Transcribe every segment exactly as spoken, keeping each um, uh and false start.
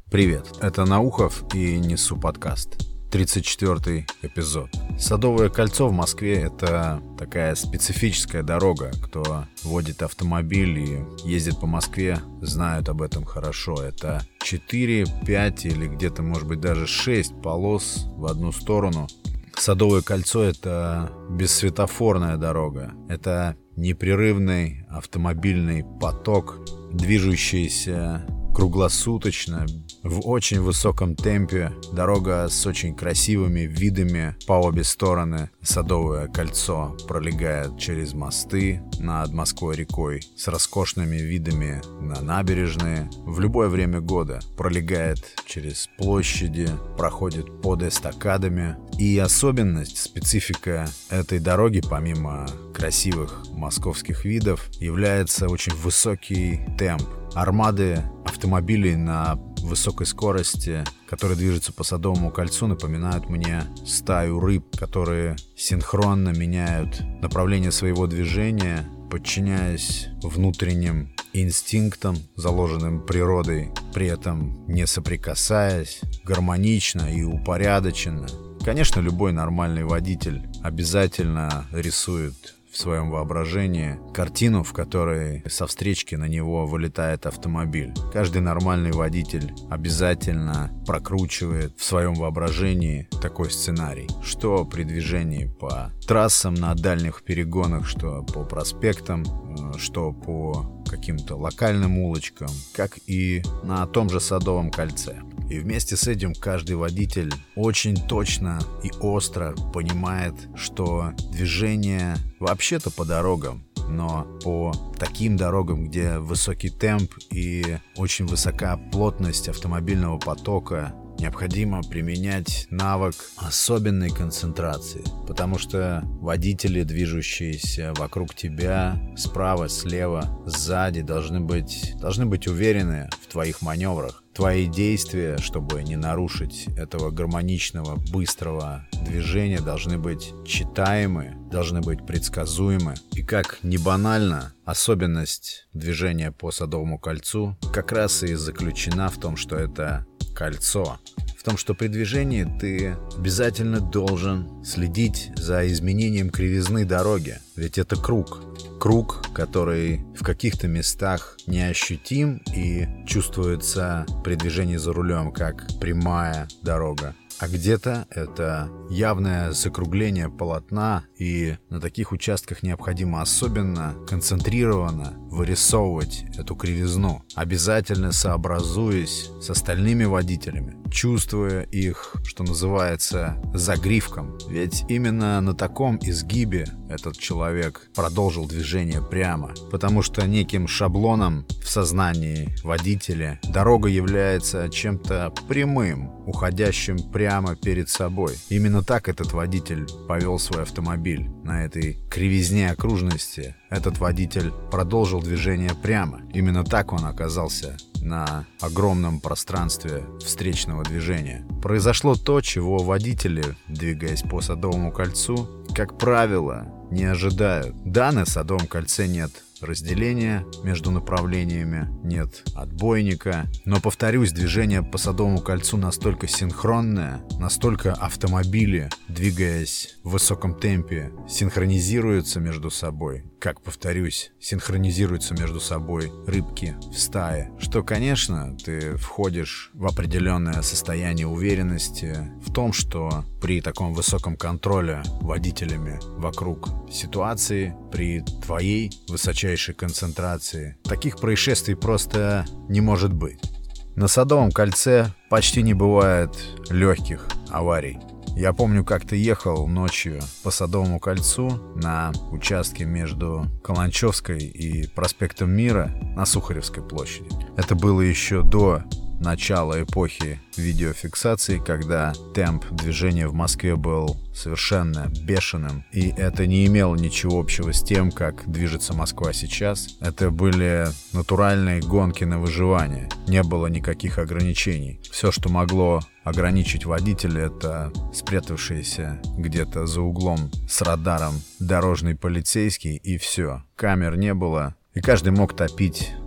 Привет, это Наухов и Несу подкаст. тридцать четвёртый эпизод. Садовое кольцо в Москве — это такая специфическая дорога. Кто водит автомобиль и ездит по Москве, знают об этом хорошо. Это четыре, пять или где-то, может быть, даже шесть полос в одну сторону. Садовое кольцо — это бессветофорная дорога. Это непрерывный автомобильный поток, движущийся круглосуточно, в очень высоком темпе. Дорога с очень красивыми видами по обе стороны. Садовое кольцо пролегает через мосты над Москвой-рекой с роскошными видами на набережные. В любое время года пролегает через площади, проходит под эстакадами. И особенность, специфика этой дороги, помимо красивых московских видов, является очень высокий темп. Армады автомобилей на высокой скорости, которые движутся по Садовому кольцу, напоминают мне стаю рыб, которые синхронно меняют направление своего движения, подчиняясь внутренним инстинктам, заложенным природой, при этом не соприкасаясь, гармонично и упорядоченно. Конечно, любой нормальный водитель обязательно рисует в своем воображении картину, в которой со встречки на него вылетает автомобиль. Каждый нормальный водитель обязательно прокручивает в своем воображении такой сценарий, что при движении по трассам на дальних перегонах, что по проспектам, что по каким-то локальным улочкам, как и на том же Садовом кольце. И вместе с этим каждый водитель очень точно и остро понимает, что движение вообще-то по дорогам, но по таким дорогам, где высокий темп и очень высока плотность автомобильного потока, необходимо применять навык особенной концентрации, потому что водители, движущиеся вокруг тебя, справа, слева, сзади, должны быть, должны быть уверены в твоих маневрах. Твои действия, чтобы не нарушить этого гармоничного, быстрого движения, должны быть читаемы, должны быть предсказуемы. И как ни банально, особенность движения по Садовому кольцу как раз и заключена в том, что это кольцо. В том, что при движении ты обязательно должен следить за изменением кривизны дороги. Ведь это круг. Круг, который в каких-то местах неощутим и чувствуется при движении за рулем как прямая дорога. А где-то это явное закругление полотна, и на таких участках необходимо особенно концентрированно вырисовывать эту кривизну, обязательно сообразуясь с остальными водителями, чувствуя их, что называется, загривком. Ведь именно на таком изгибе этот человек продолжил движение прямо, потому что неким шаблоном в сознании водителя дорога является чем-то прямым, уходящим прямо перед собой. Именно так этот водитель повел свой автомобиль. На этой кривизне окружности этот водитель продолжил движение прямо. Именно так он оказался на огромном пространстве встречного движения. Произошло то, чего водители, двигаясь по Садовому кольцу, как правило, не ожидают. Да, на Садовом кольце нет разделения между направлениями, нет отбойника. Но, повторюсь, движение по Садовому кольцу настолько синхронное, настолько автомобили, двигаясь в высоком темпе, синхронизируются между собой, как, повторюсь, синхронизируются между собой рыбки в стае, что, конечно, ты входишь в определенное состояние уверенности в том, что при таком высоком контроле водителями вокруг ситуации, при твоей высочайшей концентрации, таких происшествий просто не может быть. На Садовом кольце почти не бывает легких аварий. Я помню, как ты ехал ночью по Садовому кольцу на участке между Каланчевской и проспектом Мира на Сухаревской площади. Это было еще до начала эпохи видеофиксации, когда темп движения в Москве был совершенно бешеным, и это не имело ничего общего с тем, как движется Москва сейчас. Это были натуральные гонки на выживание, не было никаких ограничений. Все, что могло ограничить водителя, это спрятавшийся где-то за углом с радаром дорожный полицейский, и все. Камер не было, и каждый мог топить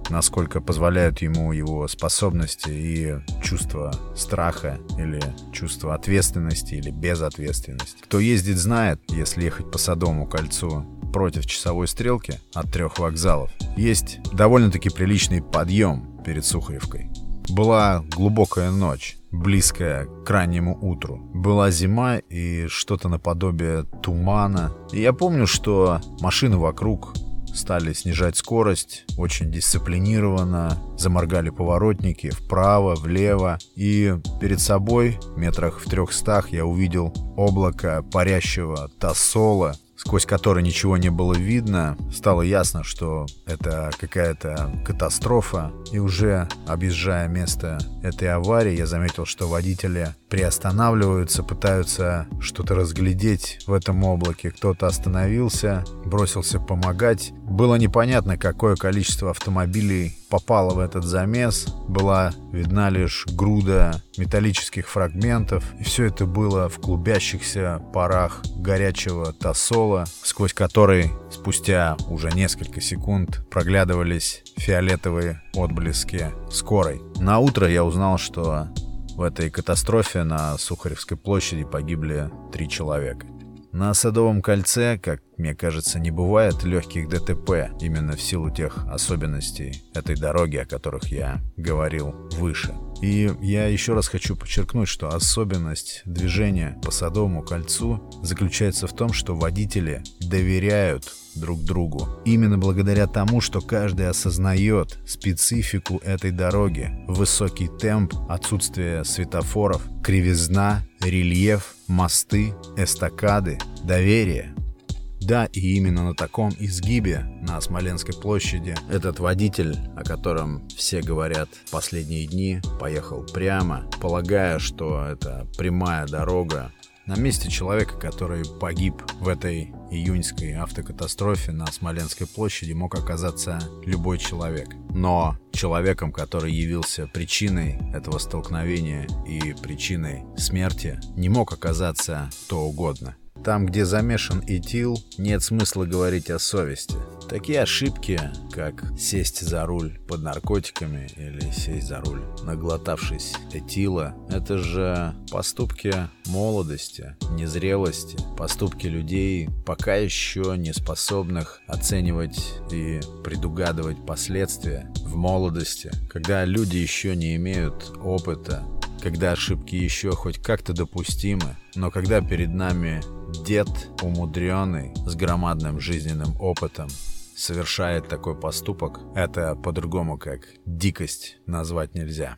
насколько позволяют ему его способности и чувство страха или чувство ответственности или безответственности. Кто ездит, знает, если ехать по Садовому кольцу против часовой стрелки от трех вокзалов, есть довольно-таки приличный подъем перед Сухаревкой. Была глубокая ночь, близкая к раннему утру. Была зима и что-то наподобие тумана. И я помню, что машины вокруг стали снижать скорость очень дисциплинированно, заморгали поворотники вправо, влево. И перед собой, метрах в трехстах, я увидел облако парящего тосола, сквозь который ничего не было видно. Стало ясно, что это какая-то катастрофа. И уже объезжая место этой аварии, я заметил, что водители приостанавливаются, пытаются что-то разглядеть в этом облаке. Кто-то остановился, бросился помогать. Было непонятно, какое количество автомобилей попало в этот замес. Была видна лишь груда металлических фрагментов. И все это было в клубящихся парах горячего тосола, сквозь который спустя уже несколько секунд проглядывались фиолетовые отблески скорой. На утро я узнал, что в этой катастрофе на Сухаревской площади погибли три человека. На Садовом кольце, как мне кажется, не бывает легких ДТП, именно в силу тех особенностей этой дороги, о которых я говорил выше. И я еще раз хочу подчеркнуть, что особенность движения по Садовому кольцу заключается в том, что водители доверяют друг другу. Именно благодаря тому, что каждый осознает специфику этой дороги, высокий темп, отсутствие светофоров, кривизна, рельеф, мосты, эстакады, доверие. Да, и именно на таком изгибе на Смоленской площади этот водитель, о котором все говорят в последние дни, поехал прямо, полагая, что это прямая дорога. На месте человека, который погиб в этой июньской автокатастрофе на Смоленской площади, мог оказаться любой человек. Но человеком, который явился причиной этого столкновения и причиной смерти, не мог оказаться кто угодно. Там, где замешан этил, нет смысла говорить о совести. Такие ошибки, как сесть за руль под наркотиками или сесть за руль, наглотавшись этила, это же поступки молодости, незрелости, поступки людей, пока еще не способных оценивать и предугадывать последствия в молодости, когда люди еще не имеют опыта, когда ошибки еще хоть как-то допустимы, но когда перед нами дед, умудренный, с громадным жизненным опытом, совершает такой поступок, это по-другому как дикость назвать нельзя.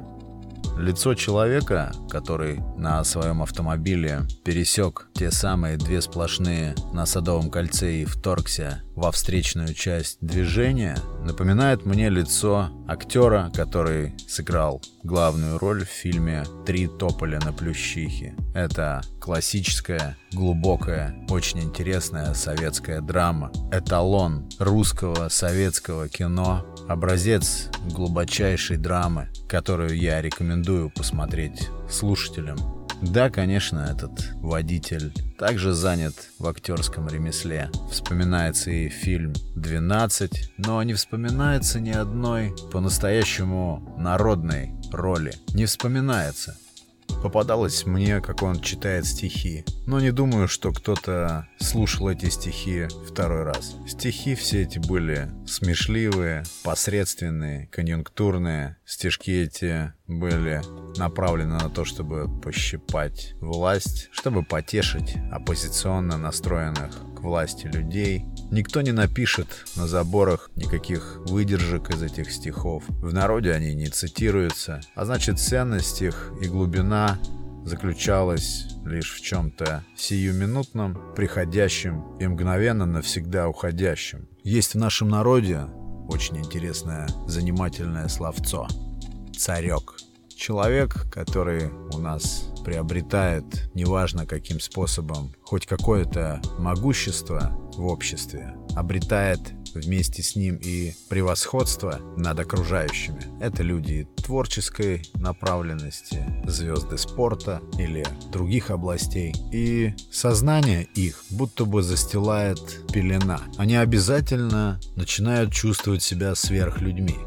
Лицо человека, который на своем автомобиле пересек те самые две сплошные на Садовом кольце и вторгся во встречную часть движения, напоминает мне лицо актера, который сыграл главную роль в фильме «Три тополя на Плющихе». Это классическая, глубокая, очень интересная советская драма. Эталон русского советского кино. Образец глубочайшей драмы, которую я рекомендую посмотреть слушателям. Да, конечно, этот водитель также занят в актерском ремесле. Вспоминается и фильм «двенадцать», но не вспоминается ни одной по-настоящему народной роли. Не вспоминается. Попадалось мне, как он читает стихи, но не думаю, что кто-то слушал эти стихи второй раз. Стихи все эти были смешливые, посредственные, конъюнктурные. Стишки эти были направлены на то, чтобы пощипать власть, чтобы потешить оппозиционно настроенных к власти людей. Никто не напишет на заборах никаких выдержек из этих стихов. В народе они не цитируются, а значит, ценность их и глубина заключалась лишь в чем-то сиюминутном, приходящем и мгновенно навсегда уходящем. Есть в нашем народе очень интересное занимательное словцо — царек. Человек, который у нас приобретает, неважно каким способом, хоть какое-то могущество в обществе, обретает вместе с ним и превосходство над окружающими. Это люди творческой направленности, звезды спорта или других областей. И сознание их будто бы застилает пелена. Они обязательно начинают чувствовать себя сверхлюдьми.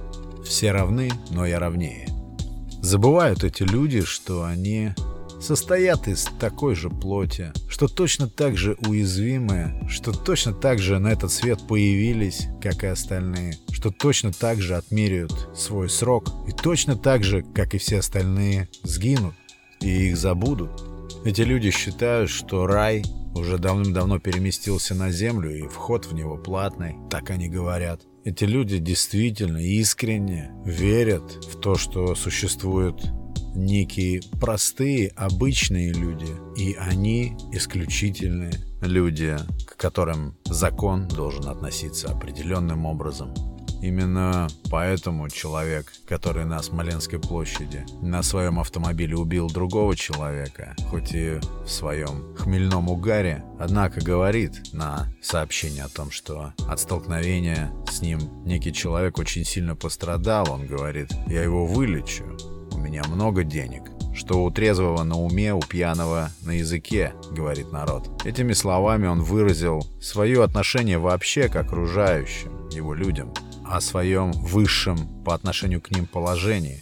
Все равны, но я равнее. Забывают эти люди, что они состоят из такой же плоти, что точно так же уязвимы, что точно так же на этот свет появились, как и остальные, что точно так же отмеряют свой срок и точно так же, как и все остальные, сгинут и их забудут. Эти люди считают, что рай уже давным-давно переместился на землю и вход в него платный, так они говорят. Эти люди действительно искренне верят в то, что существуют некие простые, обычные люди, и они исключительные люди, к которым закон должен относиться определенным образом. Именно поэтому человек, который на Смоленской площади на своем автомобиле убил другого человека, хоть и в своем хмельном угаре, однако говорит на сообщение о том, что от столкновения с ним некий человек очень сильно пострадал. Он говорит: «Я его вылечу, у меня много денег». Что у трезвого на уме, у пьяного на языке, говорит народ. Этими словами он выразил свое отношение вообще к окружающим его людям, о своем высшем по отношению к ним положении.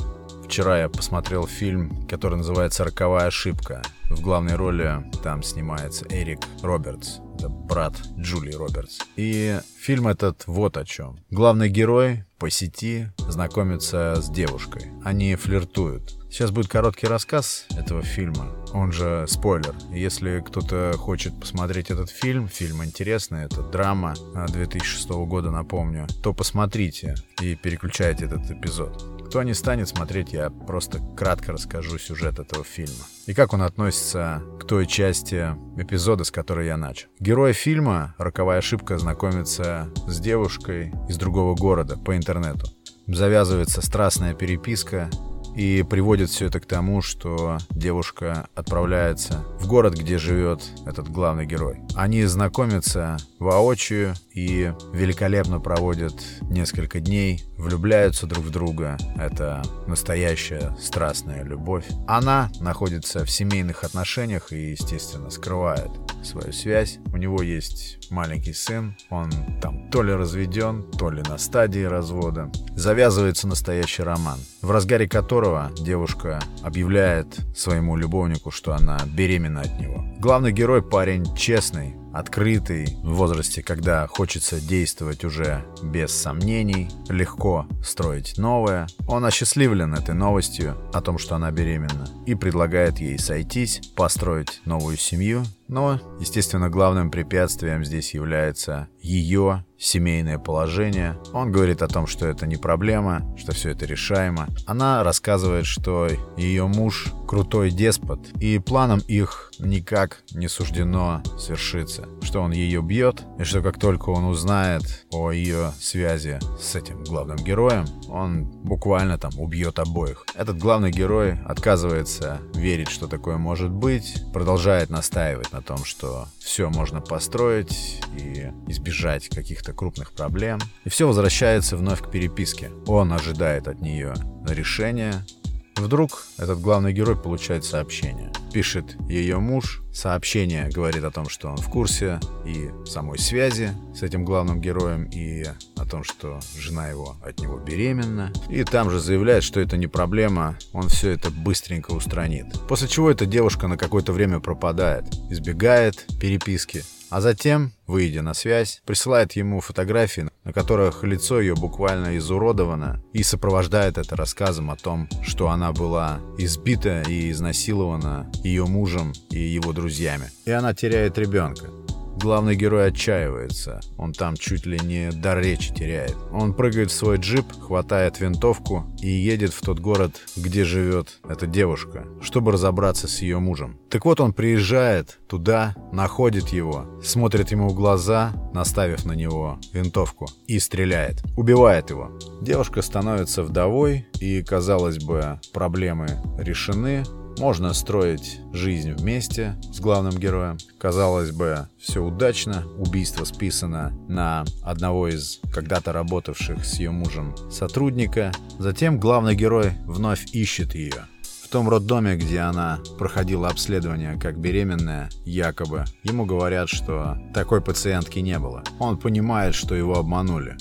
Вчера я посмотрел фильм, который называется «Роковая ошибка». В главной роли там снимается Эрик Робертс. Это брат Джулии Робертс. И фильм этот вот о чем. Главный герой по сети знакомится с девушкой. Они флиртуют. Сейчас будет короткий рассказ этого фильма, он же спойлер. Если кто-то хочет посмотреть этот фильм, фильм интересный, это драма две тысячи шестого года, напомню, то посмотрите и переключайте этот эпизод. Кто не станет смотреть, я просто кратко расскажу сюжет этого фильма и как он относится к той части эпизода, с которой я начал. Герой фильма «Роковая ошибка» знакомится с девушкой из другого города по интернету. Завязывается страстная переписка, и приводит все это к тому, что девушка отправляется в город, где живет этот главный герой. Они знакомятся воочию и великолепно проводят несколько дней, влюбляются друг в друга. Это настоящая страстная любовь. Она находится в семейных отношениях и, естественно, скрывает свою связь. У него есть маленький сын, он там то ли разведен, то ли на стадии развода. Завязывается настоящий роман, в разгаре которого девушка объявляет своему любовнику, что она беременна от него. Главный герой парень честный, открытый, в возрасте, когда хочется действовать уже без сомнений, легко строить новое. Он осчастливлен этой новостью о том, что она беременна, и предлагает ей сойтись, построить новую семью. Но, естественно, главным препятствием здесь является ее семейное положение. Он говорит о том, что это не проблема, что все это решаемо. Она рассказывает, что ее муж крутой деспот, и планам их никак не суждено свершиться. Что он ее бьет, и что как только он узнает о ее связи с этим главным героем, он буквально там убьет обоих. Этот главный герой отказывается верить, что такое может быть, продолжает настаивать на том, что все можно построить и избежать каких-то крупных проблем. И все возвращается вновь к переписке. Он ожидает от нее решения. Вдруг этот главный герой получает сообщение. Пишет ее муж. Сообщение говорит о том, что он в курсе и самой связи с этим главным героем, и о том, что жена его от него беременна. И там же заявляет, что это не проблема, он все это быстренько устранит. После чего эта девушка на какое-то время пропадает, избегает переписки. А затем, выйдя на связь, присылает ему фотографии, на которых лицо ее буквально изуродовано, и сопровождает это рассказом о том, что она была избита и изнасилована ее мужем и его друзьями. И она теряет ребенка. Главный герой отчаивается, он там чуть ли не дар речи теряет. Он прыгает в свой джип, хватает винтовку и едет в тот город, где живет эта девушка, чтобы разобраться с ее мужем. Так вот, он приезжает туда, находит его, смотрит ему в глаза, наставив на него винтовку, и стреляет. Убивает его. Девушка становится вдовой, и, казалось бы, проблемы решены. Можно строить жизнь вместе с главным героем. Казалось бы, все удачно. Убийство списано на одного из когда-то работавших с ее мужем сотрудника. Затем главный герой вновь ищет ее. В том роддоме, где она проходила обследование как беременная, якобы, ему говорят, что такой пациентки не было. Он понимает, что его обманули.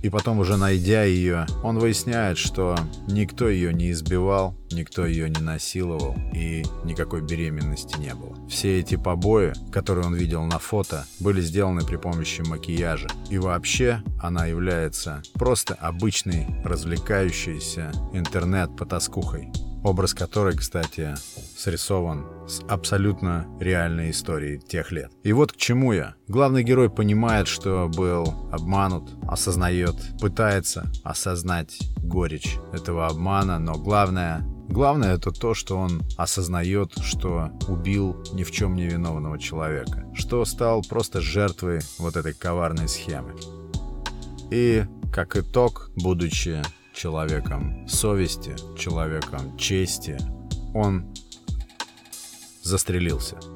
И потом, уже найдя ее, он выясняет, что никто ее не избивал, никто ее не насиловал и никакой беременности не было. Все эти побои, которые он видел на фото, были сделаны при помощи макияжа. И вообще она является просто обычной развлекающейся интернет-потаскухой, образ которой, кстати, срисован с абсолютно реальной историей тех лет. И вот к чему я. Главный герой понимает, что был обманут, осознает, пытается осознать горечь этого обмана, но главное, главное это то, что он осознает, что убил ни в чем не виновного человека, что стал просто жертвой вот этой коварной схемы. И как итог, будучи человеком совести, человеком чести, он застрелился.